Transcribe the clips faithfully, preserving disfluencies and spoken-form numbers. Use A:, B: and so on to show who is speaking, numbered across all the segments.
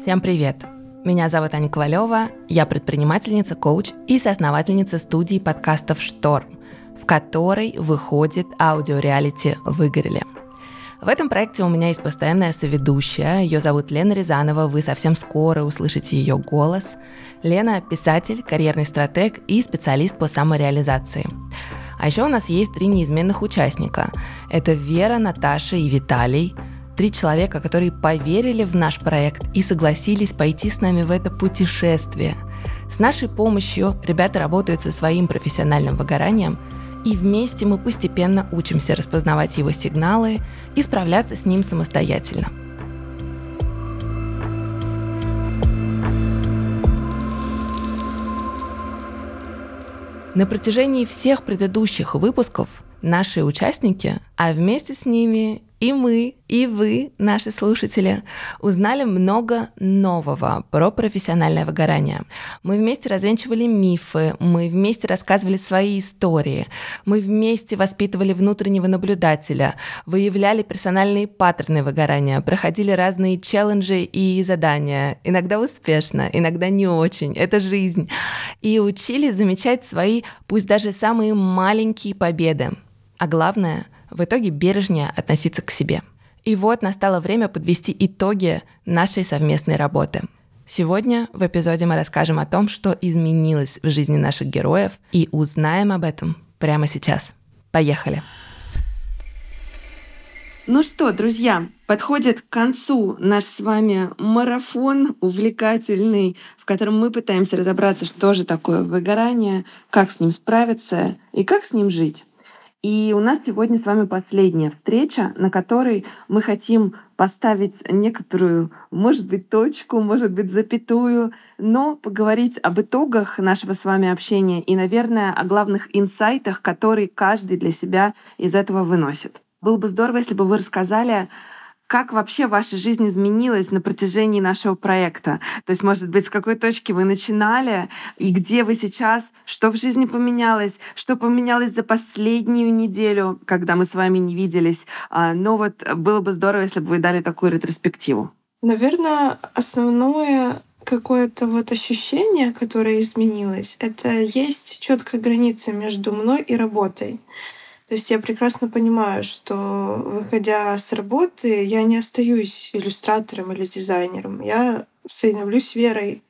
A: Всем привет! Меня зовут Аня Ковалева, я предпринимательница, коуч и соосновательница студии подкастов «Шторм», в которой выходит аудиореалити «Выгорели». В этом проекте у меня есть постоянная соведущая, ее зовут Лена Рязанова, вы совсем скоро услышите ее голос. Лена – писатель, карьерный стратег и специалист по самореализации. А еще у нас есть три неизменных участника. Это Вера, Наташа и Виталий. Три человека, которые поверили в наш проект и согласились пойти с нами в это путешествие. С нашей помощью ребята работают со своим профессиональным выгоранием, и вместе мы постепенно учимся распознавать его сигналы и справляться с ним самостоятельно. На протяжении всех предыдущих выпусков наши участники, а вместе с ними и мы, и вы, наши слушатели, узнали много нового про профессиональное выгорание. Мы вместе развенчивали мифы, мы вместе рассказывали свои истории, мы вместе воспитывали внутреннего наблюдателя, выявляли персональные паттерны выгорания, проходили разные челленджи и задания, иногда успешно, иногда не очень, это жизнь, и учились замечать свои, пусть даже самые маленькие победы. А главное — в итоге бережнее относиться к себе. И вот настало время подвести итоги нашей совместной работы. Сегодня в эпизоде мы расскажем о том, что изменилось в жизни наших героев, и узнаем об этом прямо сейчас. Поехали!
B: Ну что, друзья, подходит к концу наш с вами марафон увлекательный, в котором мы пытаемся разобраться, что же такое выгорание, как с ним справиться и как с ним жить. И у нас сегодня с вами последняя встреча, на которой мы хотим поставить некоторую, может быть, точку, может быть, запятую, но поговорить об итогах нашего с вами общения и, наверное, о главных инсайтах, которые каждый для себя из этого выносит. Было бы здорово, если бы вы рассказали, как вообще ваша жизнь изменилась на протяжении нашего проекта. То есть, может быть, с какой точки вы начинали и где вы сейчас, что в жизни поменялось, что поменялось за последнюю неделю, когда мы с вами не виделись. Но вот было бы здорово, если бы вы дали такую ретроспективу.
C: Наверное, основное какое-то вот ощущение, которое изменилось, это есть четкая граница между мной и работой. То есть я прекрасно понимаю, что, выходя с работы, я не остаюсь иллюстратором или дизайнером. Я становлюсь Верой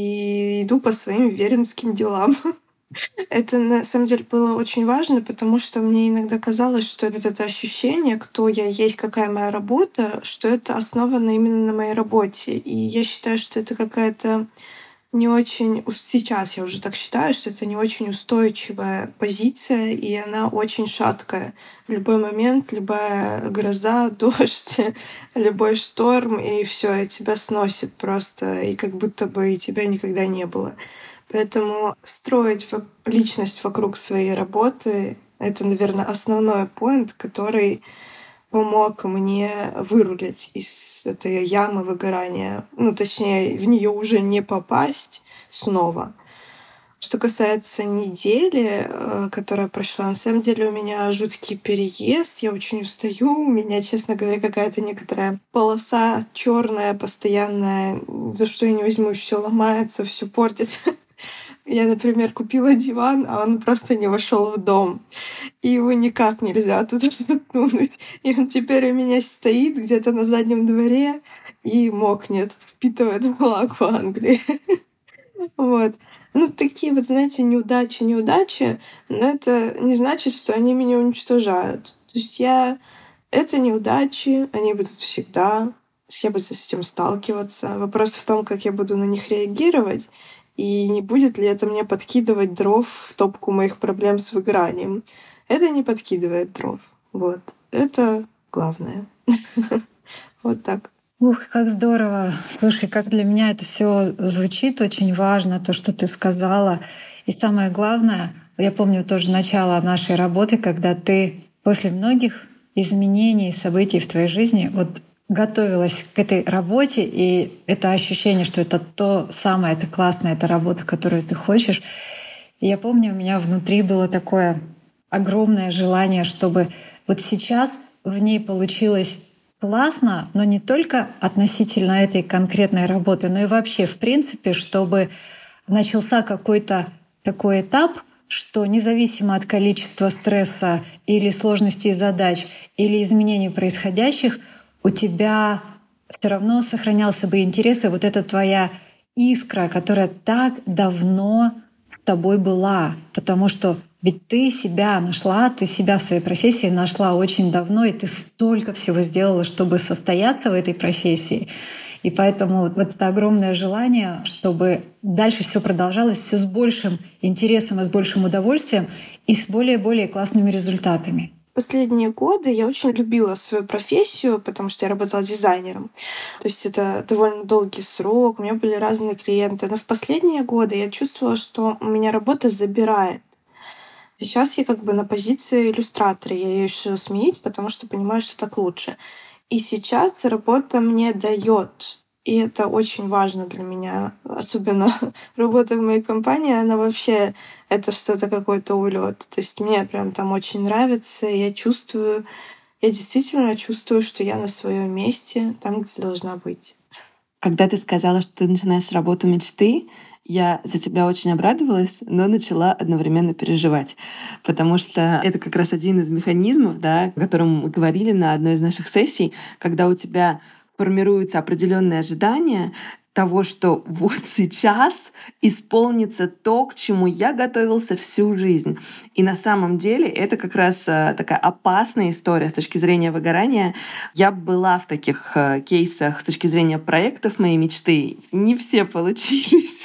C: и иду по своим веринским делам. Это на самом деле было очень важно, потому что мне иногда казалось, что это ощущение, кто я есть, какая моя работа, что это основано именно на моей работе. И я считаю, что это какая-то не очень... Сейчас я уже так считаю, что это не очень устойчивая позиция, и она очень шаткая. В любой момент, любая гроза, дождь, любой шторм, и все, и тебя сносит просто, и как будто бы и тебя никогда не было. Поэтому строить личность вокруг своей работы — это, наверное, основной поинт, который помог мне вырулить из этой ямы выгорания. Ну, точнее, в нее уже не попасть снова. Что касается недели, которая прошла, на самом деле у меня жуткий переезд, я очень устаю, у меня, честно говоря, какая-то некоторая полоса черная, постоянная, за что я не возьмусь, все ломается, все портится. Я, например, купила диван, а он просто не вошел в дом. И его никак нельзя туда засунуть. И он теперь у меня стоит где-то на заднем дворе и мокнет, впитывает влагу Англии. Вот. Ну, такие вот, знаете, неудачи, неудачи, но это не значит, что они меня уничтожают. То есть я... Это неудачи, они будут всегда. Я буду с этим сталкиваться. Вопрос в том, как я буду на них реагировать. И не будет ли это мне подкидывать дров в топку моих проблем с выгоранием. Это не подкидывает дров. Вот. Это главное. Вот так.
D: Ух, как здорово. Слушай, как для меня это все звучит очень важно, то, что ты сказала. И самое главное, я помню тоже начало нашей работы, когда ты после многих изменений, событий в твоей жизни вот готовилась к этой работе, и это ощущение, что это то самое, это классная, это работа, которую ты хочешь. И я помню, у меня внутри было такое огромное желание, чтобы вот сейчас в ней получилось классно, но не только относительно этой конкретной работы, но и вообще, в принципе, чтобы начался какой-то такой этап, что независимо от количества стресса или сложностей задач, или изменений происходящих, у тебя все равно сохранялся бы интерес, и вот эта твоя искра, которая так давно с тобой была, потому что ведь ты себя нашла, ты себя в своей профессии нашла очень давно, и ты столько всего сделала, чтобы состояться в этой профессии. И поэтому вот это огромное желание, чтобы дальше все продолжалось все с большим интересом и с большим удовольствием и с более-более классными результатами.
C: Последние годы я очень любила свою профессию, потому что я работала дизайнером. То есть это довольно долгий срок, у меня были разные клиенты. Но в последние годы я чувствовала, что у меня работа забирает. Сейчас я как бы на позиции иллюстратора. Я ее решила сменить, потому что понимаю, что так лучше. И сейчас работа мне дает. И это очень важно для меня. Особенно работа в моей компании, она вообще это что-то какой-то улет. То есть мне прям там очень нравится. И я чувствую, я действительно чувствую, что я на своем месте, там, где должна быть.
B: Когда ты сказала, что ты начинаешь работу мечты, я за тебя очень обрадовалась, но начала одновременно переживать, потому что это как раз один из механизмов, да, о котором мы говорили на одной из наших сессий, когда у тебя формируются определенные ожидания того, что вот сейчас исполнится то, к чему я готовился всю жизнь. И на самом деле это как раз такая опасная история с точки зрения выгорания. Я была в таких кейсах с точки зрения проектов моей мечты. Не все получились.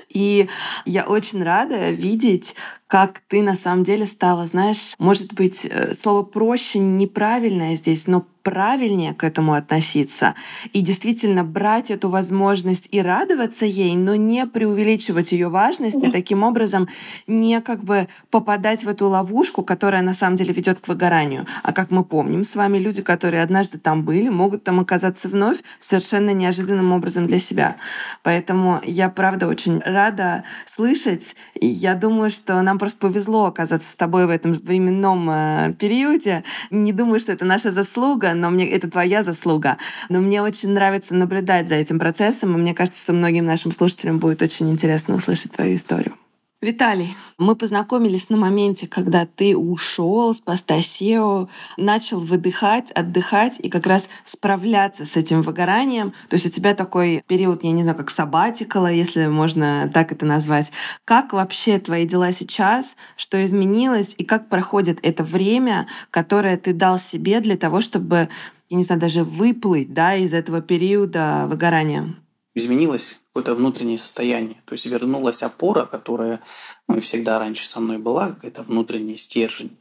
B: И я очень рада видеть, как ты на самом деле стала, знаешь, может быть, слово «проще» неправильное здесь, но правильнее к этому относиться. И действительно брать эту возможность и радоваться ей, но не преувеличивать ее важность, и таким образом не как бы попадать в эту ловушку, которая на самом деле ведет к выгоранию. А как мы помним с вами, люди, которые однажды там были, могут там оказаться вновь совершенно неожиданным образом для себя. Поэтому я, правда, очень рада слышать. И я думаю, что нам просто повезло оказаться с тобой в этом временном э, периоде. Не думаю, что это наша заслуга, но мне это твоя заслуга. Но мне очень нравится наблюдать за этим процессом, и мне кажется, что многим нашим слушателям будет очень интересно услышать твою историю. Виталий, мы познакомились на моменте, когда ты ушел с поста сео, начал выдыхать, отдыхать и как раз справляться с этим выгоранием. То есть у тебя такой период, я не знаю, как сабатикала, если можно так это назвать. Как вообще твои дела сейчас? Что изменилось? И как проходит это время, которое ты дал себе для того, чтобы, я не знаю, даже выплыть, да, из этого периода выгорания?
E: Изменилось какое-то внутреннее состояние. То есть вернулась опора, которая ну, всегда раньше со мной была, какая-то внутренняя стержень.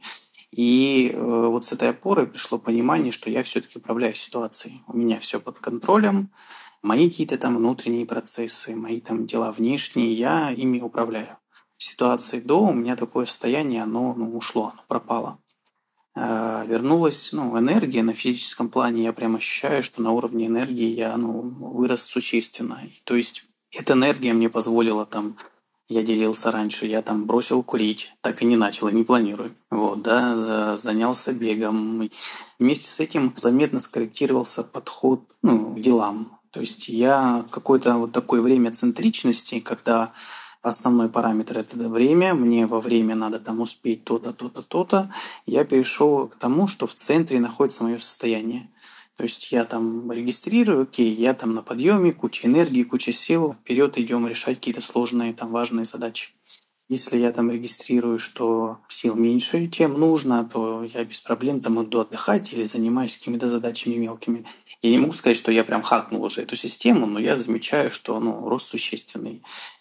E: И э, вот с этой опорой пришло понимание, что я все-таки управляю ситуацией. У меня все под контролем, мои какие-то там внутренние процессы, мои там дела внешние, я ими управляю. Ситуации до у меня такое состояние, оно ну, ушло, оно пропало. Вернулась ну, энергия на физическом плане, я прям ощущаю, что на уровне энергии я ну, вырос существенно. То есть эта энергия мне позволила там, я делился раньше, я там бросил курить, так и не начал, и не планирую. Вот, да, занялся бегом. Вместе с этим заметно скорректировался подход ну, к делам. То есть я какое-то вот такое время центричности, когда основной параметр – это время, мне во время надо там успеть то-то, то-то, то-то. Я перешел к тому, что в центре находится мое состояние. То есть я там регистрирую, окей, я там на подъеме, куча энергии, куча сил, вперед идем решать какие-то сложные, там важные задачи. Если я там регистрирую, что сил меньше, чем нужно, то я без проблем там иду отдыхать или занимаюсь какими-то задачами мелкими. Я не могу сказать, что я прям хакнул уже эту систему, но я замечаю, что ну, рост существенный.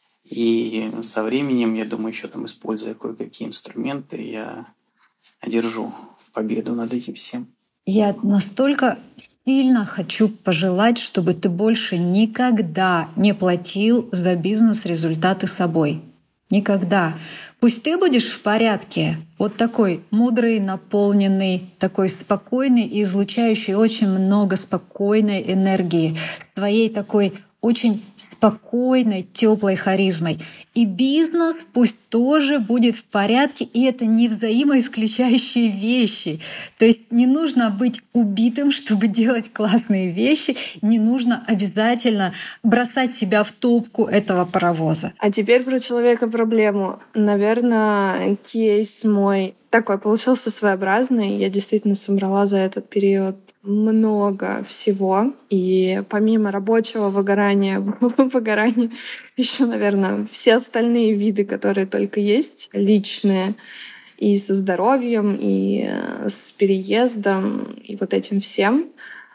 E: И со временем, я думаю, еще там используя кое-какие инструменты, я одержу победу над этим всем.
D: Я настолько сильно хочу пожелать, чтобы ты больше никогда не платил за бизнес-результаты собой. Никогда. Пусть ты будешь в порядке, вот такой мудрый, наполненный, такой спокойный и излучающий очень много спокойной энергии, с твоей такой очень спокойной, теплой харизмой. И бизнес пусть тоже будет в порядке, и это не взаимоисключающие вещи. То есть не нужно быть убитым, чтобы делать классные вещи, не нужно обязательно бросать себя в топку этого паровоза.
B: А теперь про человека-проблему. Наверное, кейс мой такой получился своеобразный. Я действительно собрала за этот период много всего. И помимо рабочего выгорания, выгорания, еще, наверное, все остальные виды, которые только есть, личные, и со здоровьем, и с переездом, и вот этим всем.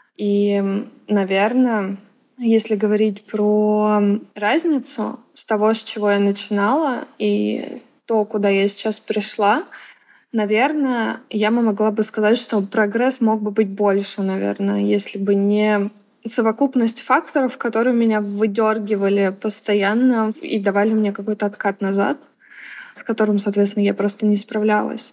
B: И, наверное, если говорить про разницу с того, с чего я начинала, и то, куда я сейчас пришла, наверное, я могла бы сказать, что прогресс мог бы быть больше, наверное, если бы не совокупность факторов, которые меня выдергивали постоянно и давали мне какой-то откат назад, с которым, соответственно, я просто не справлялась.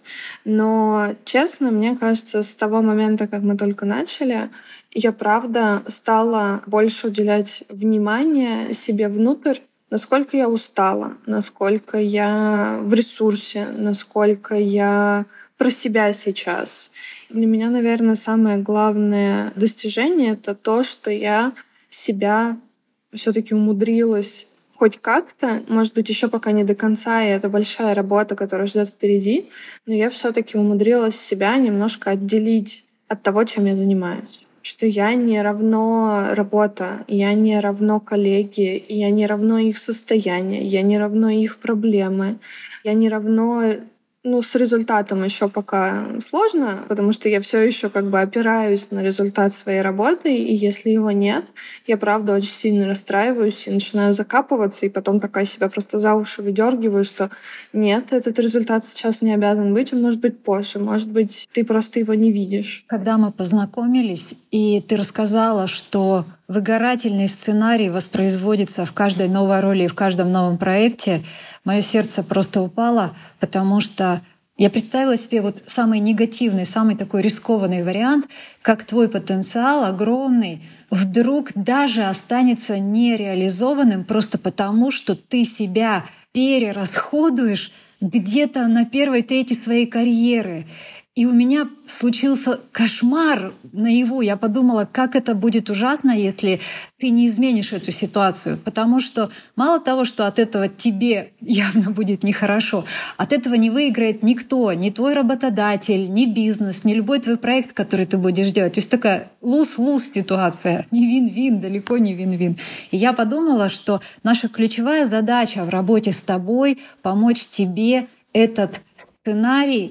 B: Но, честно, мне кажется, с того момента, как мы только начали, я, правда, стала больше уделять внимание себе внутрь, насколько я устала, насколько я в ресурсе, насколько я про себя сейчас. Для меня, наверное, самое главное достижение — это то, что я себя все-таки умудрилась хоть как-то, может быть, еще пока не до конца, и это большая работа, которая ждет впереди, но я все-таки умудрилась себя немножко отделить от того, чем я занимаюсь. Что я не равно работа, я не равно коллеги, я не равно их состояние, я не равно их проблемы, я не равно, ну, с результатом еще пока сложно, потому что я все еще как бы опираюсь на результат своей работы, и если его нет, я правда очень сильно расстраиваюсь и начинаю закапываться, и потом такая себя просто за уши выдергиваю, что нет, этот результат сейчас не обязан быть, он может быть позже, может быть, ты просто его не видишь.
D: Когда мы познакомились, и ты рассказала, что выгорательный сценарий воспроизводится в каждой новой роли и в каждом новом проекте, мое сердце просто упало, потому что я представила себе вот самый негативный, самый такой рискованный вариант, как твой потенциал огромный вдруг даже останется нереализованным просто потому, что ты себя перерасходуешь где-то на первой трети своей карьеры. И у меня случился кошмар наяву. Я подумала, как это будет ужасно, если ты не изменишь эту ситуацию. Потому что мало того, что от этого тебе явно будет нехорошо, от этого не выиграет никто, ни твой работодатель, ни бизнес, ни любой твой проект, который ты будешь делать. То есть такая луз-луз ситуация, не вин-вин, далеко не вин-вин. И я подумала, что наша ключевая задача в работе с тобой — помочь тебе этот сценарий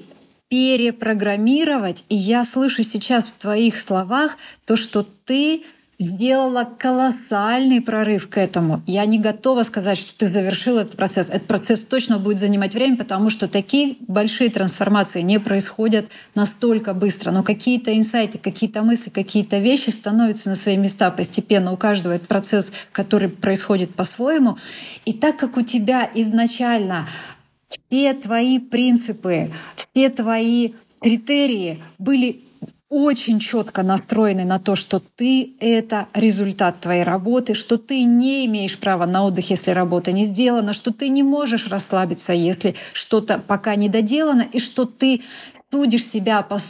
D: перепрограммировать. И я слышу сейчас в твоих словах то, что ты сделала колоссальный прорыв к этому. Я не готова сказать, что ты завершила этот процесс. Этот процесс точно будет занимать время, потому что такие большие трансформации не происходят настолько быстро. Но какие-то инсайты, какие-то мысли, какие-то вещи становятся на свои места постепенно. У каждого этот процесс, который происходит по-своему. И так как у тебя изначально все твои принципы, все твои критерии были очень четко настроены на то, что ты — это результат твоей работы, что ты не имеешь права на отдых, если работа не сделана, что ты не можешь расслабиться, если что-то пока не доделано, и что ты судишь себя по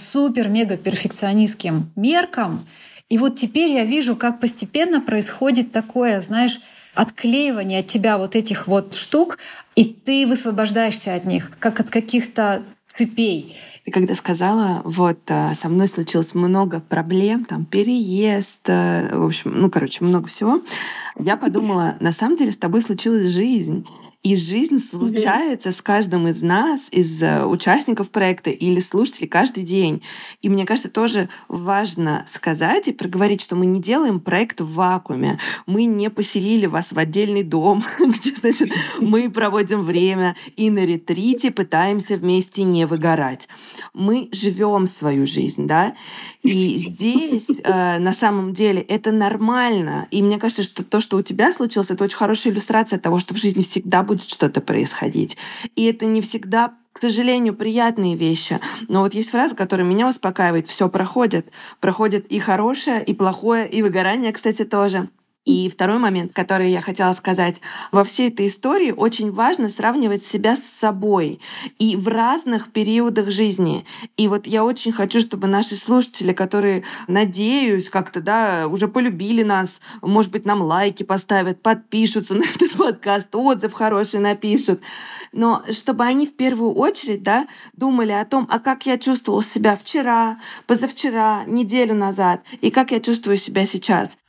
D: супер-мега-перфекционистским меркам. И вот теперь я вижу, как постепенно происходит такое, знаешь, отклеивание от тебя вот этих вот штук, и ты высвобождаешься от них, как от каких-то цепей.
B: Ты когда сказала, вот со мной случилось много проблем, там переезд, в общем, ну, короче, много всего, я подумала, на самом деле с тобой случилась жизнь. И жизнь случается с каждым из нас, из участников проекта или слушателей каждый день. И мне кажется, тоже важно сказать и проговорить, что мы не делаем проект в вакууме. Мы не поселили вас в отдельный дом, где, значит, мы проводим время и на ретрите пытаемся вместе не выгорать. Мы живем свою жизнь, да? И здесь э, на самом деле это нормально. И мне кажется, что то, что у тебя случилось, это очень хорошая иллюстрация того, что в жизни всегда будет что-то происходить. И это не всегда, к сожалению, приятные вещи. Но вот есть фраза, которая меня успокаивает. Все проходит. Проходит и хорошее, и плохое, и выгорание, кстати, тоже. И второй момент, который я хотела сказать. Во всей этой истории очень важно сравнивать себя с собой и в разных периодах жизни. И вот я очень хочу, чтобы наши слушатели, которые, надеюсь, как-то да, уже полюбили нас, может быть, нам лайки поставят, подпишутся на этот подкаст, отзыв хороший напишут, но чтобы они в первую очередь да, думали о том, а как я чувствовал себя вчера, позавчера, неделю назад, и как я чувствую себя сейчас.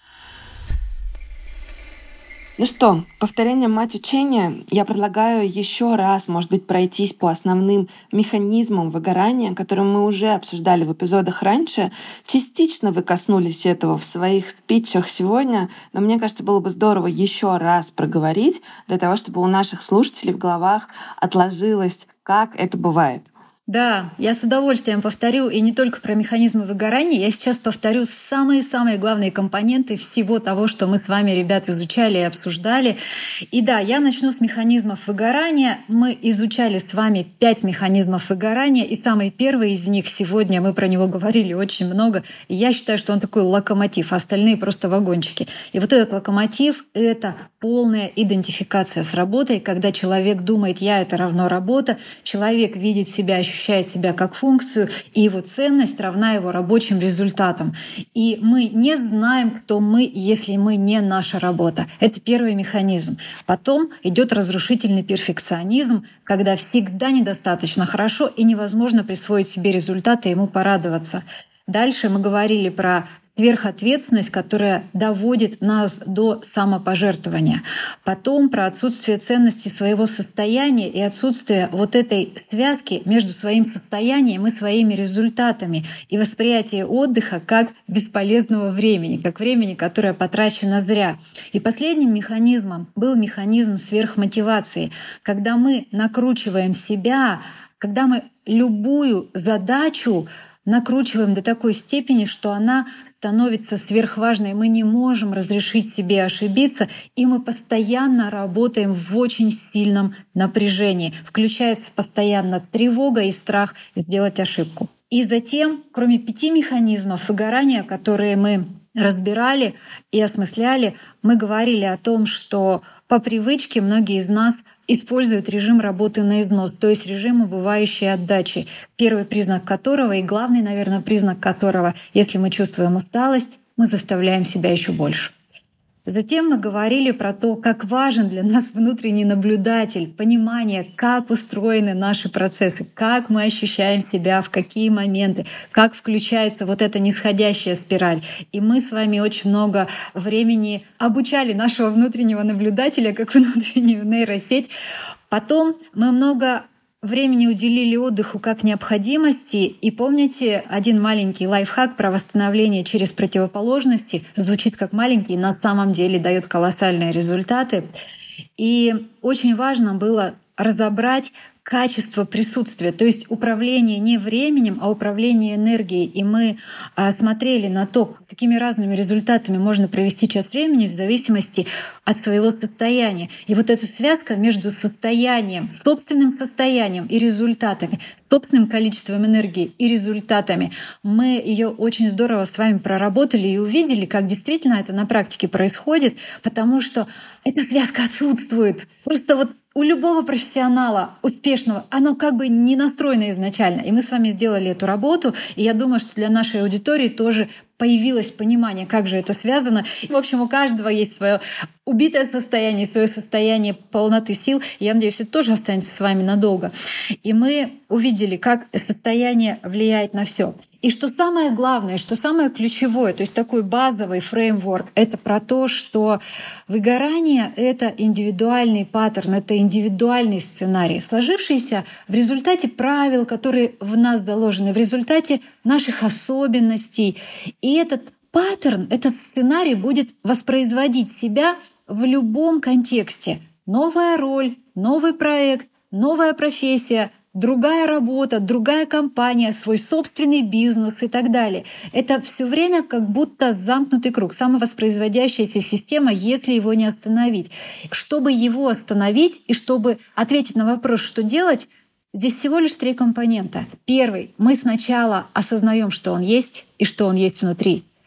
B: Ну что, повторение мать учения. Я предлагаю еще раз, может быть, пройтись по основным механизмам выгорания, которые мы уже обсуждали в эпизодах раньше. Частично вы коснулись этого в своих спичах сегодня, но мне кажется, было бы здорово еще раз проговорить для того, чтобы у наших слушателей в головах отложилось, как это бывает.
D: Да, я с удовольствием повторю, и не только про механизмы выгорания, я сейчас повторю самые-самые главные компоненты всего того, что мы с вами, ребят, изучали и обсуждали. И да, я начну с механизмов выгорания. Мы изучали с вами пять механизмов выгорания, и самый первый из них сегодня, мы про него говорили очень много, и я считаю, что он такой локомотив, а остальные просто вагончики. И вот этот локомотив — это полная идентификация с работой, когда человек думает «я — это равно работа», человек видит себя, ощущает ощущает себя как функцию, и его ценность равна его рабочим результатам. И мы не знаем, кто мы, если мы не наша работа. Это первый механизм. Потом идет разрушительный перфекционизм, когда всегда недостаточно хорошо и невозможно присвоить себе результаты и ему порадоваться. Дальше мы говорили про сверхответственность, которая доводит нас до самопожертвования. Потом про отсутствие ценности своего состояния и отсутствие вот этой связки между своим состоянием и своими результатами и восприятие отдыха как бесполезного времени, как времени, которое потрачено зря. И последним механизмом был механизм сверхмотивации, когда мы накручиваем себя, когда мы любую задачу накручиваем до такой степени, что она становится сверхважной. Мы не можем разрешить себе ошибиться, и мы постоянно работаем в очень сильном напряжении. Включается постоянно тревога и страх сделать ошибку. И затем, кроме пяти механизмов выгорания, которые мы разбирали и осмысляли, мы говорили о том, что по привычке многие из нас используют режим работы на износ, то есть режим убывающей отдачи, первый признак которого и главный, наверное, признак которого, если мы чувствуем усталость, мы заставляем себя еще больше. Затем мы говорили про то, как важен для нас внутренний наблюдатель, понимание, как устроены наши процессы, как мы ощущаем себя, в какие моменты, как включается вот эта нисходящая спираль. И мы с вами очень много времени обучали нашего внутреннего наблюдателя, как внутреннюю нейросеть. Потом мы много времени уделили отдыху как необходимости. И помните, один маленький лайфхак про восстановление через противоположности звучит как маленький, на самом деле дает колоссальные результаты. И очень важно было разобрать качество присутствия, то есть управление не временем, а управление энергией. И мы а, смотрели на то, какими разными результатами можно провести час времени в зависимости от своего состояния. И вот эта связка между состоянием, собственным состоянием и результатами, собственным количеством энергии и результатами, мы ее очень здорово с вами проработали и увидели, как действительно это на практике происходит, потому что эта связка отсутствует. Просто вот у любого профессионала успешного оно как бы не настроено изначально. И мы с вами сделали эту работу, и я думаю, что для нашей аудитории тоже появилось понимание, как же это связано. В общем, у каждого есть свое убитое состояние, свое состояние полноты сил. И я надеюсь, это тоже останется с вами надолго. И мы увидели, как состояние влияет на все. И что самое главное, что самое ключевое, то есть такой базовый фреймворк, это про то, что выгорание — это индивидуальный паттерн, это индивидуальный сценарий, сложившийся в результате правил, которые в нас заложены, в результате наших особенностей. И этот паттерн, этот сценарий будет воспроизводить себя в любом контексте. Новая роль, новый проект, новая профессия — другая работа, другая компания, свой собственный бизнес и так далее. Это все время как будто замкнутый круг, самовоспроизводящаяся система, если его не остановить. Чтобы его остановить и чтобы ответить на вопрос, что делать, здесь всего лишь три компонента. Первый — мы сначала осознаем, что он есть и что он есть внутри.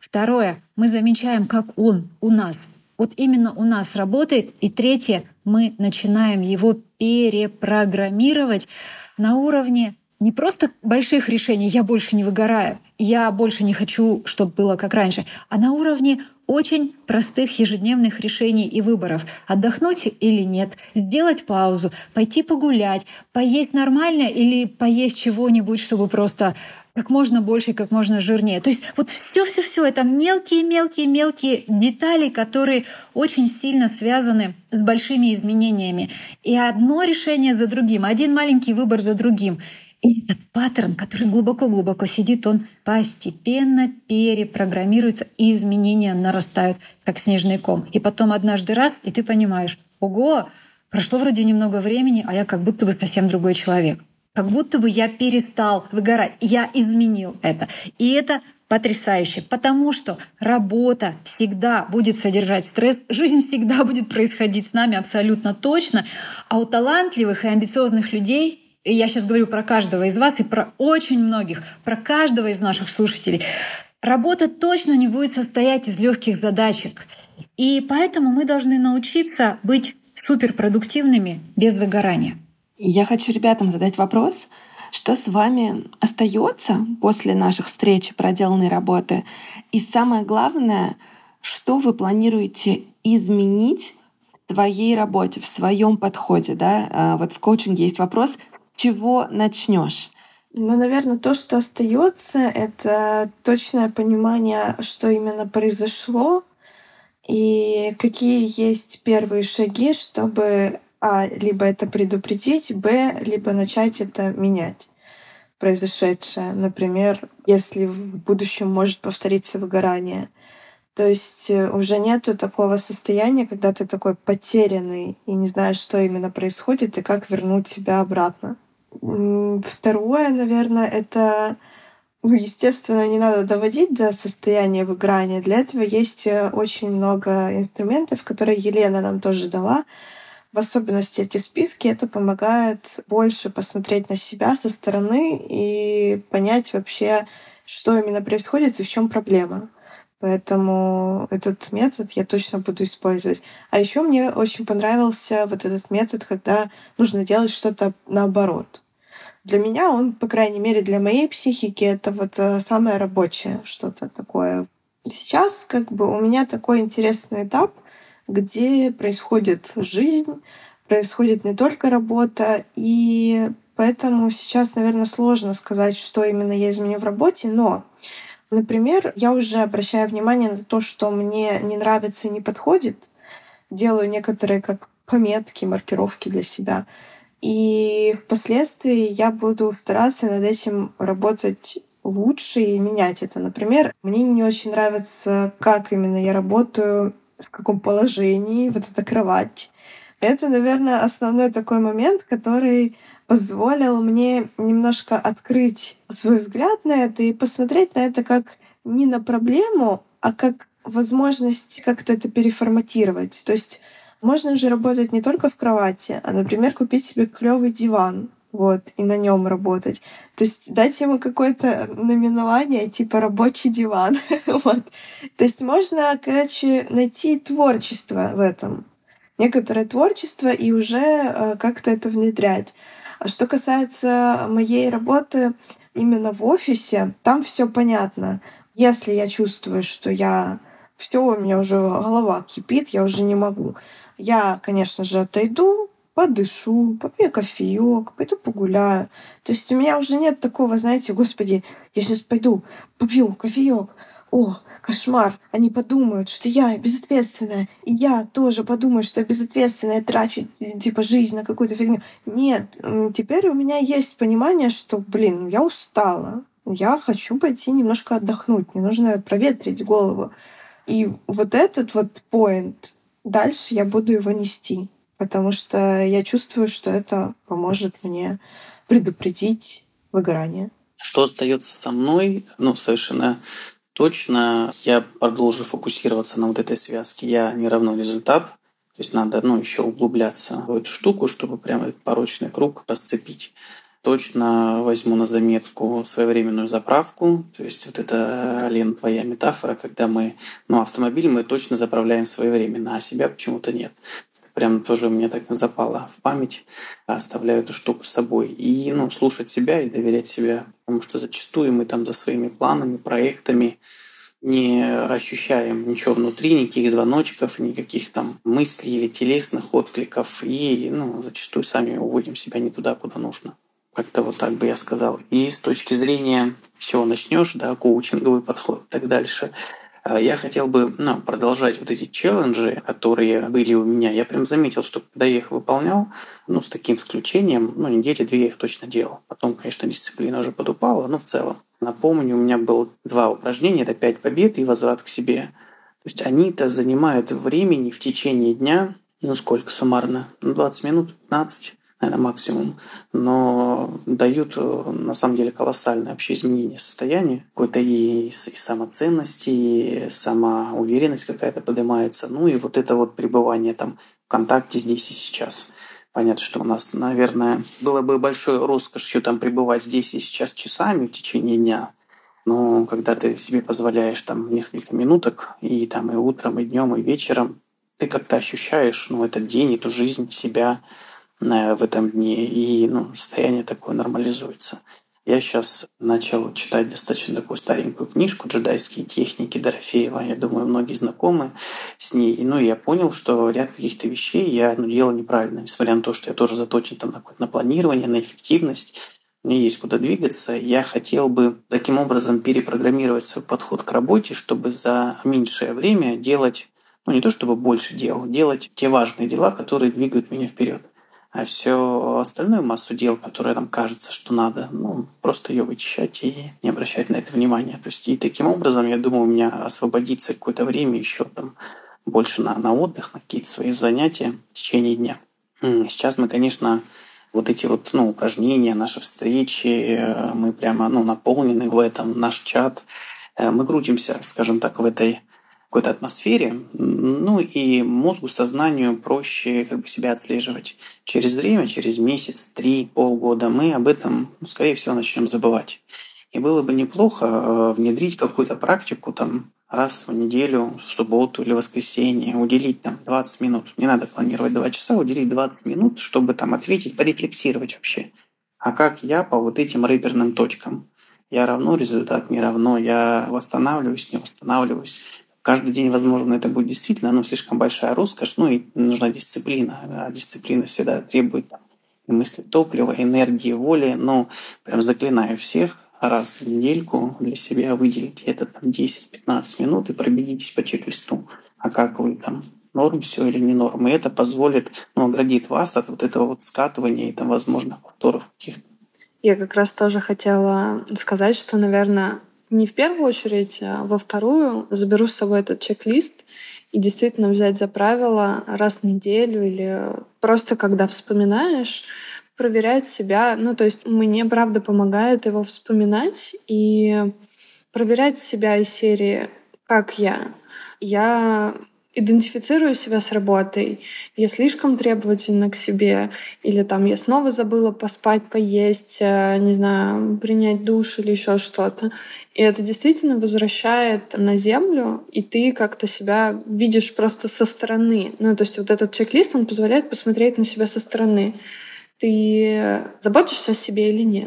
D: Второе, мы замечаем, как он у нас, вот именно у нас работает. И третье, мы начинаем его перепрограммировать на уровне не просто больших решений «я больше не выгораю», «я больше не хочу, чтобы было как раньше», а на уровне очень простых ежедневных решений и выборов. Отдохнуть или нет, сделать паузу, пойти погулять, поесть нормально или поесть чего-нибудь, чтобы просто как можно больше, как можно жирнее. То есть вот все-все-все это мелкие-мелкие-мелкие детали, которые очень сильно связаны с большими изменениями. И одно решение за другим, один маленький выбор за другим. И этот паттерн, который глубоко-глубоко сидит, он постепенно перепрограммируется, и изменения нарастают, как снежный ком. И потом однажды раз, и ты понимаешь, ого, прошло вроде немного времени, а я как будто бы совсем другой человек. Как будто бы я перестал выгорать, я изменил это. И это потрясающе, потому что работа всегда будет содержать стресс, жизнь всегда будет происходить с нами абсолютно точно, а у талантливых и амбициозных людей, и я сейчас говорю про каждого из вас и про очень многих, про каждого из наших слушателей, работа точно не будет состоять из легких задачек. И поэтому мы должны научиться быть суперпродуктивными без выгорания.
B: Я хочу ребятам задать вопрос, что с вами остается после наших встреч и проделанной работы, и самое главное, что вы планируете изменить в своей работе, в своем подходе, да? Вот в коучинге есть вопрос, с чего начнешь?
C: Ну, наверное, то, что остается, это точное понимание, что именно произошло, и какие есть первые шаги, чтобы а, либо это предупредить, б, либо начать это менять произошедшее. Например, если в будущем может повториться выгорание. То есть уже нету такого состояния, когда ты такой потерянный и не знаешь, что именно происходит и как вернуть себя обратно. Второе, наверное, это, ну, естественно, не надо доводить до состояния выгорания. Для этого есть очень много инструментов, которые Елена нам тоже дала. В особенности эти списки, это помогает больше посмотреть на себя со стороны и понять вообще, что именно происходит и в чем проблема. Поэтому этот метод я точно буду использовать. А еще мне очень понравился вот этот метод, когда нужно делать что-то наоборот. Для меня он, по крайней мере, для моей психики, это вот самое рабочее что-то такое. Сейчас как бы у меня такой интересный этап, где происходит жизнь, происходит не только работа, и поэтому сейчас, наверное, сложно сказать, что именно я изменю в работе, но, например, я уже обращаю внимание на то, что мне не нравится и не подходит, делаю некоторые как пометки, маркировки для себя, и впоследствии я буду стараться над этим работать лучше и менять это. Например, мне не очень нравится, как именно я работаю, в каком положении, вот эта кровать. Это, наверное, основной такой момент, который позволил мне немножко открыть свой взгляд на это и посмотреть на это как не на проблему, а как возможность как-то это переформатировать. То есть можно же работать не только в кровати, а, например, купить себе клёвый диван, вот, и на нем работать. То есть дать ему какое-то наименование, типа рабочий диван. Вот. То есть можно, короче, найти творчество в этом. Некоторое творчество и уже как-то это внедрять. А что касается моей работы именно в офисе, там все понятно. Если я чувствую, что я все, у меня уже голова кипит, я уже не могу. Я, конечно же, отойду, подышу, попью кофеек, пойду погуляю. То есть у меня уже нет такого, знаете, господи, я сейчас пойду, попью кофеек. О, кошмар, они подумают, что я безответственная, и я тоже подумаю, что я безответственная, трачу типа жизнь на какую-то фигню. Нет, теперь у меня есть понимание, что, блин, я устала, я хочу пойти немножко отдохнуть, мне нужно проветрить голову. И вот этот вот поинт, дальше я буду его нести, потому что я чувствую, что это поможет мне предупредить выгорание.
E: Что остается со мной? Ну, совершенно точно. Я продолжу фокусироваться на вот этой связке. Я не равно результат. То есть надо, ну, еще углубляться в эту штуку, чтобы прямо этот порочный круг расцепить. Точно возьму на заметку своевременную заправку. То есть вот это, Лен, твоя метафора, когда мы, ну, автомобиль мы точно заправляем своевременно, а себя почему-то нет. Прям тоже у меня так запало в память. Оставляю эту штуку с собой. И, ну, слушать себя и доверять себя. Потому что зачастую мы там за своими планами, проектами не ощущаем ничего внутри, никаких звоночков, никаких там мыслей или телесных откликов. И, ну, зачастую сами уводим себя не туда, куда нужно. Как-то вот так бы я сказал. И с точки зрения, с чего начнешь, да, коучинговый подход и так дальше, я хотел бы, ну, продолжать вот эти челленджи, которые были у меня. Я прям заметил, что когда я их выполнял, ну, с таким исключением, ну, недели-две я их точно делал. Потом, конечно, дисциплина уже подупала, но в целом. Напомню, у меня было два упражнения, это пять побед и возврат к себе. То есть они-то занимают времени в течение дня, ну, сколько суммарно? Ну, двадцать минут, пятнадцать. Наверное, максимум, но дают на самом деле колоссальное вообще изменение состояния, какой-то и, и самоценности, и самоуверенность какая-то поднимается, ну и вот это вот пребывание там в контакте здесь и сейчас. Понятно, что у нас, наверное, было бы большой роскошью там пребывать здесь и сейчас часами в течение дня, но когда ты себе позволяешь там несколько минуток и там и утром, и днем, и вечером, ты как-то ощущаешь, ну, этот день, эту жизнь, себя в этом дне, и, ну, состояние такое нормализуется. Я сейчас начал читать достаточно такую старенькую книжку «Джедайские техники» Дорофеева. Я думаю, многие знакомы с ней. И, ну, я понял, что ряд каких-то вещей я, ну, делал неправильно, несмотря на то, что я тоже заточен там на, на планирование, на эффективность. Мне есть куда двигаться. Я хотел бы таким образом перепрограммировать свой подход к работе, чтобы за меньшее время делать, ну, не то чтобы больше дел, делать те важные дела, которые двигают меня вперед. А все остальную массу дел, которые нам кажется, что надо, ну, просто ее вычищать и не обращать на это внимания. То есть и таким образом, я думаю, у меня освободится какое-то время еще там больше на, на отдых, на какие-то свои занятия в течение дня. Сейчас мы, конечно, вот эти вот, ну, упражнения, наши встречи, мы прямо, ну, наполнены в этом, наш чат. Мы крутимся, скажем так, в этой какой-то атмосфере, ну и мозгу, сознанию проще как бы себя отслеживать. Через время, через месяц, три, полгода мы об этом, ну, скорее всего, начнем забывать. И было бы неплохо внедрить какую-то практику там раз в неделю, в субботу или воскресенье, уделить там двадцать минут. Не надо планировать два часа, уделить двадцать минут, чтобы там ответить, порефлексировать вообще. А как я по вот этим рэперным точкам? Я равно, результат не равно, я восстанавливаюсь, не восстанавливаюсь. Каждый день, возможно, это будет действительно, ну, слишком большая роскошь, ну, и нужна дисциплина. А дисциплина всегда требует там, и мысли топлива, энергии, воли. Но прям заклинаю всех раз в недельку для себя выделить это там десять-пятнадцать минут и пробегитесь по чек-листу. А как вы там, норм все или не норм? И это позволит, ну, оградит вас от вот этого вот скатывания и там возможных повторов каких-то.
B: Я как раз тоже хотела сказать, что, наверное, не в первую очередь, а во вторую заберу с собой этот чек-лист и действительно взять за правило раз в неделю или просто когда вспоминаешь, проверять себя. Ну, то есть мне, правда, помогает его вспоминать и проверять себя из серии «Как я?». Я идентифицирую себя с работой, я слишком требовательна к себе, или там я снова забыла поспать, поесть, не знаю, принять душ или еще что-то. И это действительно возвращает на землю, и ты как-то себя видишь просто со стороны. Ну, то есть вот этот чек-лист, он позволяет посмотреть на себя со стороны. Ты заботишься о себе или нет?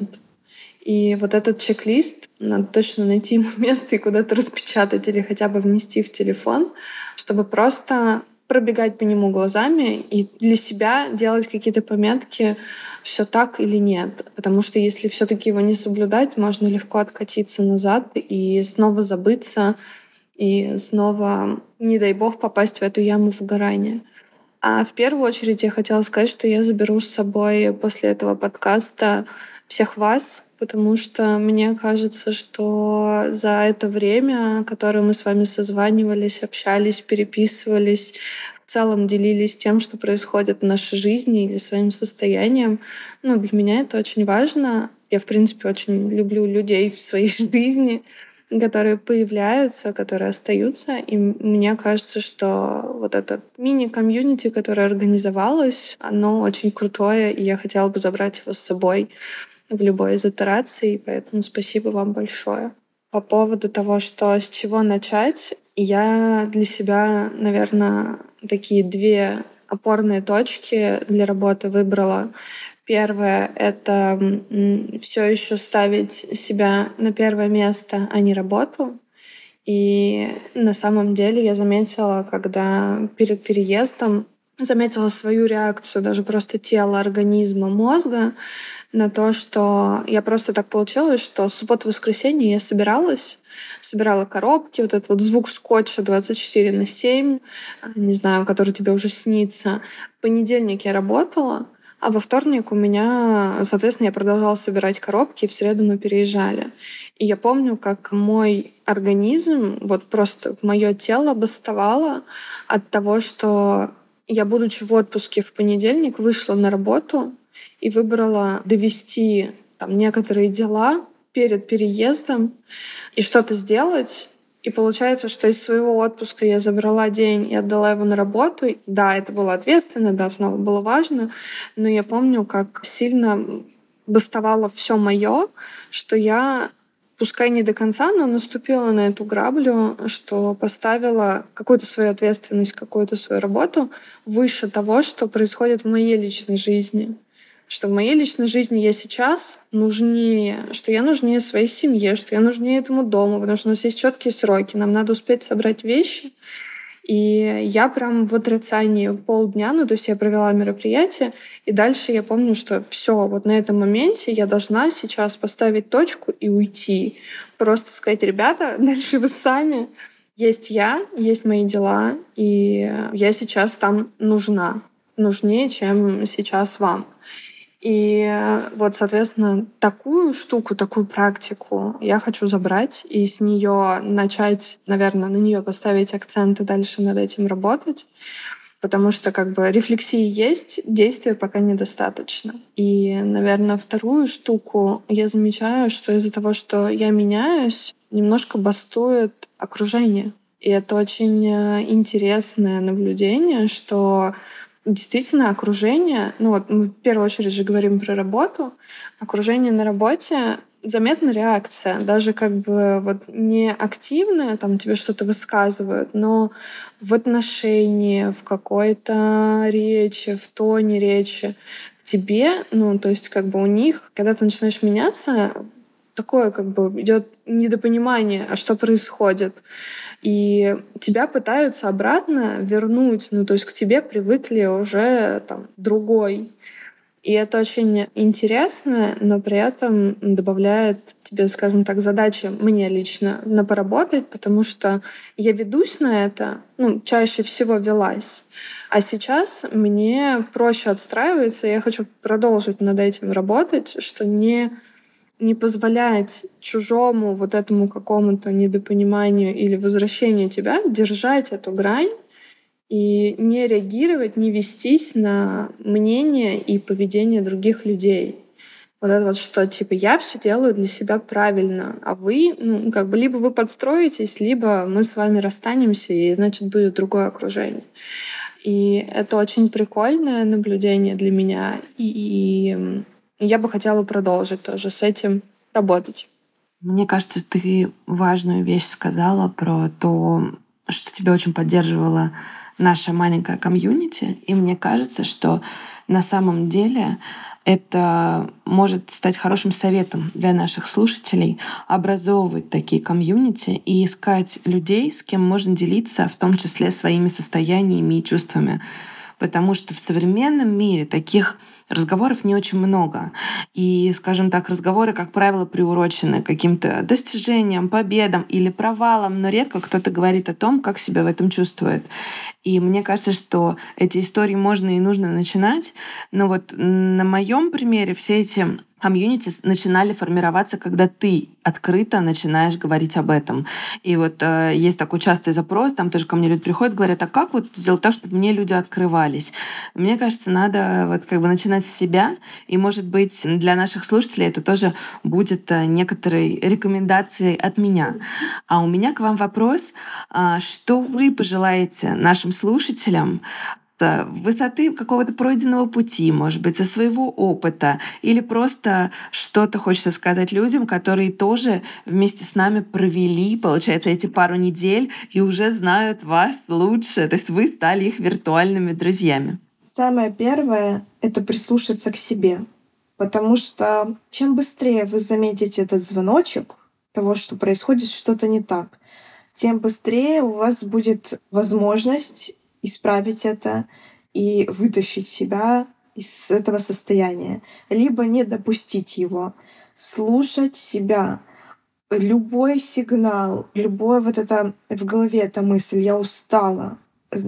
B: И вот этот чек-лист надо точно найти ему место и куда-то распечатать или хотя бы внести в телефон, чтобы просто пробегать по нему глазами и для себя делать какие-то пометки, все так или нет. Потому что если все-таки его не соблюдать, можно легко откатиться назад и снова забыться, и снова, не дай бог, попасть в эту яму выгорания. А в первую очередь я хотела сказать, что я заберу с собой после этого подкаста всех вас, потому что мне кажется, что за это время, которое мы с вами созванивались, общались, переписывались, в целом делились тем, что происходит в нашей жизни или своим состоянием, ну, для меня это очень важно. Я, в принципе, очень люблю людей в своей жизни, которые появляются, которые остаются. И мне кажется, что вот это мини-комьюнити, которое организовалось, оно очень крутое, и я хотела бы забрать его с собой
C: в любой из итераций, поэтому спасибо вам большое. По поводу того, что с чего начать, я для себя, наверное, такие две опорные точки для работы выбрала. Первое — это все еще ставить себя на первое место, а не работу. И на самом деле я заметила, когда перед переездом заметила свою реакцию даже просто тела, организма, мозга на то, что я просто так получилось, что суббота-воскресенье я собиралась, собирала коробки, вот этот вот звук скотча двадцать четыре на семь, не знаю, который тебе уже снится. В понедельник я работала, а во вторник у меня, соответственно, я продолжала собирать коробки, и в среду мы переезжали. И я помню, как мой организм, вот просто мое тело бастовало от того, что я, будучи в отпуске в понедельник, вышла на работу и выбрала довести там некоторые дела перед переездом и что-то сделать. И получается, что из своего отпуска я забрала день и отдала его на работу. Да, это было ответственно, да, снова было важно, но я помню, как сильно бастовало все мое, что я, пускай не до конца, но наступила на эту граблю, что поставила какую-то свою ответственность, какую-то свою работу выше того, что происходит в моей личной жизни. Что в моей личной жизни я сейчас нужнее, что я нужнее своей семье, что я нужнее этому дому, потому что у нас есть четкие сроки, нам надо успеть собрать вещи. И я прям в отрицании полдня, ну то есть я провела мероприятие, и дальше я помню, что все, вот на этом моменте я должна сейчас поставить точку и уйти. Просто сказать: ребята, дальше вы сами. Есть я, есть мои дела, и я сейчас там нужна, нужнее, чем сейчас вам. И вот, соответственно, такую штуку, такую практику я хочу забрать и с нее начать, наверное, на нее поставить акцент и дальше над этим работать. Потому что как бы рефлексии есть, действия пока недостаточно. И, наверное, вторую штуку я замечаю, что из-за того, что я меняюсь, немножко бастует окружение. И это очень интересное наблюдение, что действительно окружение, ну вот мы в первую очередь же говорим про работу, окружение на работе, заметна реакция, даже как бы вот не активная, там тебе что-то высказывают, но в отношении, в какой-то речи, в тоне речи к тебе, ну то есть как бы у них, когда ты начинаешь меняться, такое как бы идет недопонимание, а что происходит. И тебя пытаются обратно вернуть, ну то есть к тебе привыкли уже там другой. И это очень интересно, но при этом добавляет тебе, скажем так, задачи мне лично на поработать, потому что я ведусь на это, ну, чаще всего велась. А сейчас мне проще отстраивается, и я хочу продолжить над этим работать, что не не позволять чужому вот этому какому-то недопониманию или возвращению тебя держать эту грань и не реагировать, не вестись на мнение и поведение других людей. Вот это вот что, типа, я все делаю для себя правильно, а вы, ну, как бы, либо вы подстроитесь, либо мы с вами расстанемся, и, значит, будет другое окружение. И это очень прикольное наблюдение для меня, и, и я бы хотела продолжить тоже с этим работать.
B: Мне кажется, ты важную вещь сказала про то, что тебя очень поддерживала наша маленькая комьюнити, и мне кажется, что на самом деле это может стать хорошим советом для наших слушателей образовывать такие комьюнити и искать людей, с кем можно делиться, в том числе своими состояниями и чувствами. Потому что в современном мире таких разговоров не очень много. И, скажем так, разговоры, как правило, приурочены к каким-то достижениям, победам или провалам, но редко кто-то говорит о том, как себя в этом чувствует. И мне кажется, что эти истории можно и нужно начинать. Но вот на моем примере все эти комьюнити начинали формироваться, когда ты открыто начинаешь говорить об этом. И вот э, есть такой частый запрос, там тоже ко мне люди приходят, говорят: а как вот сделать так, чтобы мне люди открывались? Мне кажется, надо вот как бы начинать с себя, и, может быть, для наших слушателей это тоже будет некоторой рекомендацией от меня. А у меня к вам вопрос: что вы пожелаете нашим слушателям с высоты какого-то пройденного пути, может быть, со своего опыта, или просто что-то хочется сказать людям, которые тоже вместе с нами провели, получается, эти пару недель и уже знают вас лучше. То есть вы стали их виртуальными друзьями.
C: Самое первое — это прислушаться к себе. Потому что чем быстрее вы заметите этот звоночек того, что происходит что-то не так, тем быстрее у вас будет возможность исправить это и вытащить себя из этого состояния, либо не допустить его. Слушать себя. Любой сигнал, любое вот это в голове эта мысль «я устала»,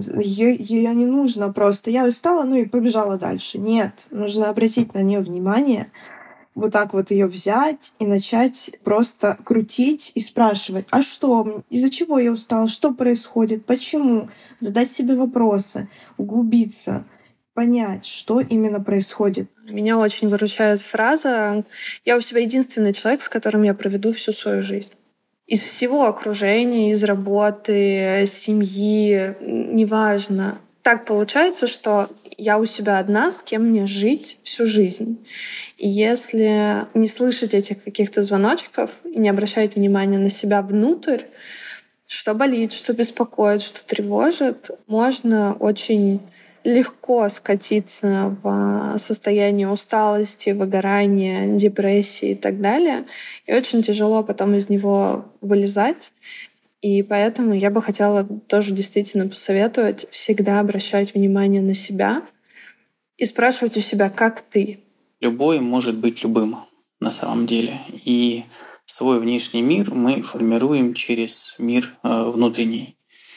C: ее не нужно просто «я устала, ну и побежала дальше». Нет, нужно обратить на нее внимание, вот так вот ее взять и начать просто крутить и спрашивать, а что, из-за чего я устала, что происходит, почему, задать себе вопросы, углубиться, понять, что именно происходит.
F: Меня очень выручает фраза «я у себя единственный человек, с которым я проведу всю свою жизнь». Из всего окружения, из работы, семьи, неважно. Так получается, что я у себя одна, с кем мне жить всю жизнь. И если не слышать этих каких-то звоночков и не обращать внимания на себя внутрь, что болит, что беспокоит, что тревожит, можно очень легко скатиться в состояние усталости, выгорания, депрессии и так далее. И очень тяжело потом из него вылезать. И поэтому я бы хотела тоже действительно посоветовать всегда обращать внимание на себя и спрашивать у себя, как ты.
E: Любой может быть любым на самом деле. И свой внешний мир мы формируем через мир э, внутренний.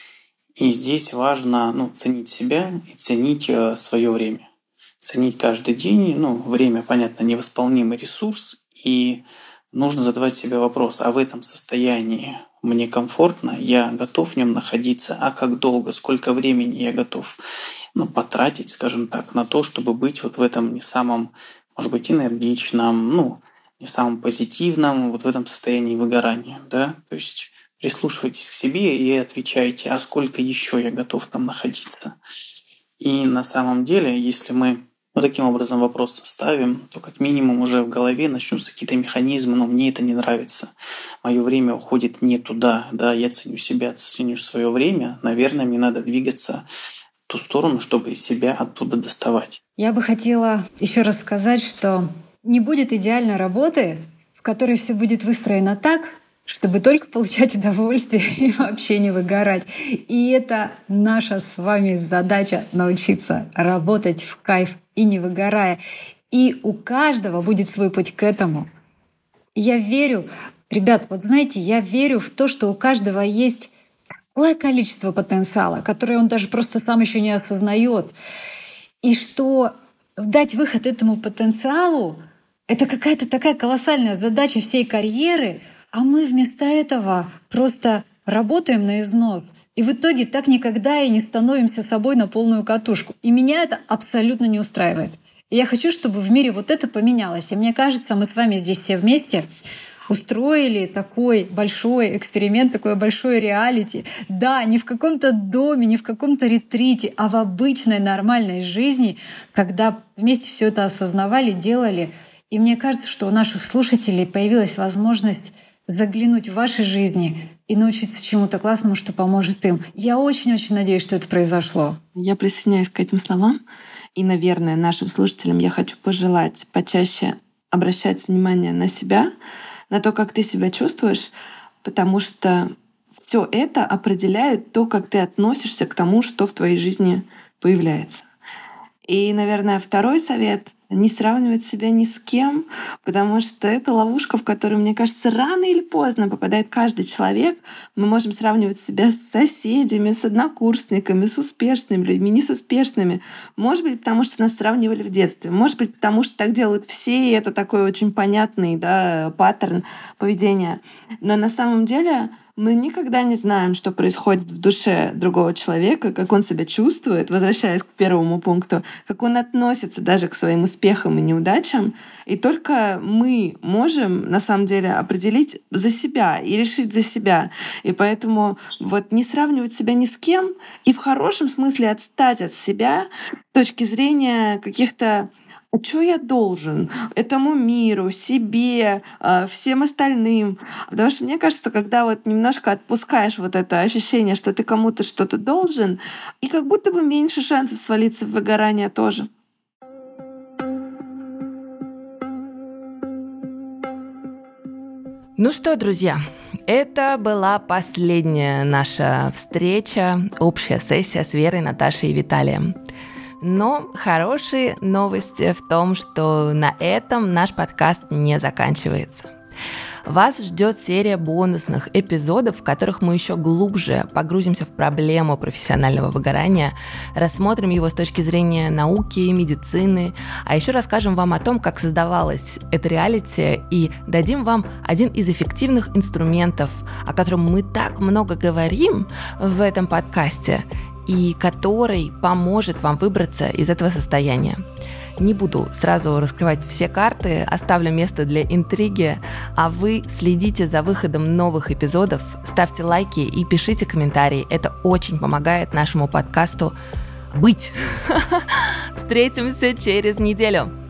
E: И здесь важно ну, ценить себя и ценить э, свое время. Ценить каждый день. Ну, время, понятно, невосполнимый ресурс. И нужно задавать себе вопрос, а в этом состоянии мне комфортно, я готов в нем находиться, а как долго, сколько времени я готов ну, потратить, скажем так, на то, чтобы быть вот в этом не самом, может быть, энергичном, ну, не самом позитивном, вот в этом состоянии выгорания, да, то есть прислушивайтесь к себе и отвечайте, а сколько еще я готов там находиться. И на самом деле, если мы вот таким образом вопрос ставим, то как минимум уже в голове начнутся какие-то механизмы, но мне это не нравится. Мое время уходит не туда, да, я ценю себя, ценю свое время, наверное, мне надо двигаться в ту сторону, чтобы себя оттуда доставать.
D: Я бы хотела еще раз сказать, что не будет идеальной работы, в которой все будет выстроено так, чтобы только получать удовольствие и вообще не выгорать. И это наша с вами задача — научиться работать в кайф и не выгорая. И у каждого будет свой путь к этому. Я верю, ребят, вот знаете, я верю в то, что у каждого есть такое количество потенциала, которое он даже просто сам еще не осознает. И что дать выход этому потенциалу — это какая-то такая колоссальная задача всей карьеры, а мы вместо этого просто работаем на износ. И в итоге так никогда и не становимся собой на полную катушку. И меня это абсолютно не устраивает. И я хочу, чтобы в мире вот это поменялось. И мне кажется, мы с вами здесь все вместе устроили такой большой эксперимент, такое большое реалити. Да, не в каком-то доме, не в каком-то ретрите, а в обычной нормальной жизни, когда вместе все это осознавали, делали. И мне кажется, что у наших слушателей появилась возможность заглянуть в ваши жизни и научиться чему-то классному, что поможет им. Я очень-очень надеюсь, что это произошло.
B: Я присоединяюсь к этим словам. И, наверное, нашим слушателям я хочу пожелать почаще обращать внимание на себя, на то, как ты себя чувствуешь, потому что все это определяет то, как ты относишься к тому, что в твоей жизни появляется. И, наверное, второй совет — не сравнивать себя ни с кем, потому что это ловушка, в которую, мне кажется, рано или поздно попадает каждый человек. Мы можем сравнивать себя с соседями, с однокурсниками, с успешными людьми, не с успешными. Может быть, потому что нас сравнивали в детстве. Может быть, потому что так делают все, и это такой очень понятный, да, паттерн поведения. Но на самом деле мы никогда не знаем, что происходит в душе другого человека, как он себя чувствует, возвращаясь к первому пункту, как он относится даже к своим успехам и неудачам. И только мы можем, на самом деле, определить за себя и решить за себя. И поэтому вот не сравнивать себя ни с кем и в хорошем смысле отстать от себя с точки зрения каких-то «а что я должен этому миру, себе, всем остальным?» Потому что мне кажется, когда вот немножко отпускаешь вот это ощущение, что ты кому-то что-то должен, и как будто бы меньше шансов свалиться в выгорание тоже.
A: Ну что, друзья, это была последняя наша встреча, общая сессия с Верой, Наташей и Виталием. Но хорошие новости в том, что на этом наш подкаст не заканчивается. Вас ждет серия бонусных эпизодов, в которых мы еще глубже погрузимся в проблему профессионального выгорания, рассмотрим его с точки зрения науки, медицины, а еще расскажем вам о том, как создавалось это реалити, и дадим вам один из эффективных инструментов, о котором мы так много говорим в этом подкасте, и который поможет вам выбраться из этого состояния. Не буду сразу раскрывать все карты, оставлю место для интриги, а вы следите за выходом новых эпизодов, ставьте лайки и пишите комментарии. Это очень помогает нашему подкасту быть. Встретимся через неделю.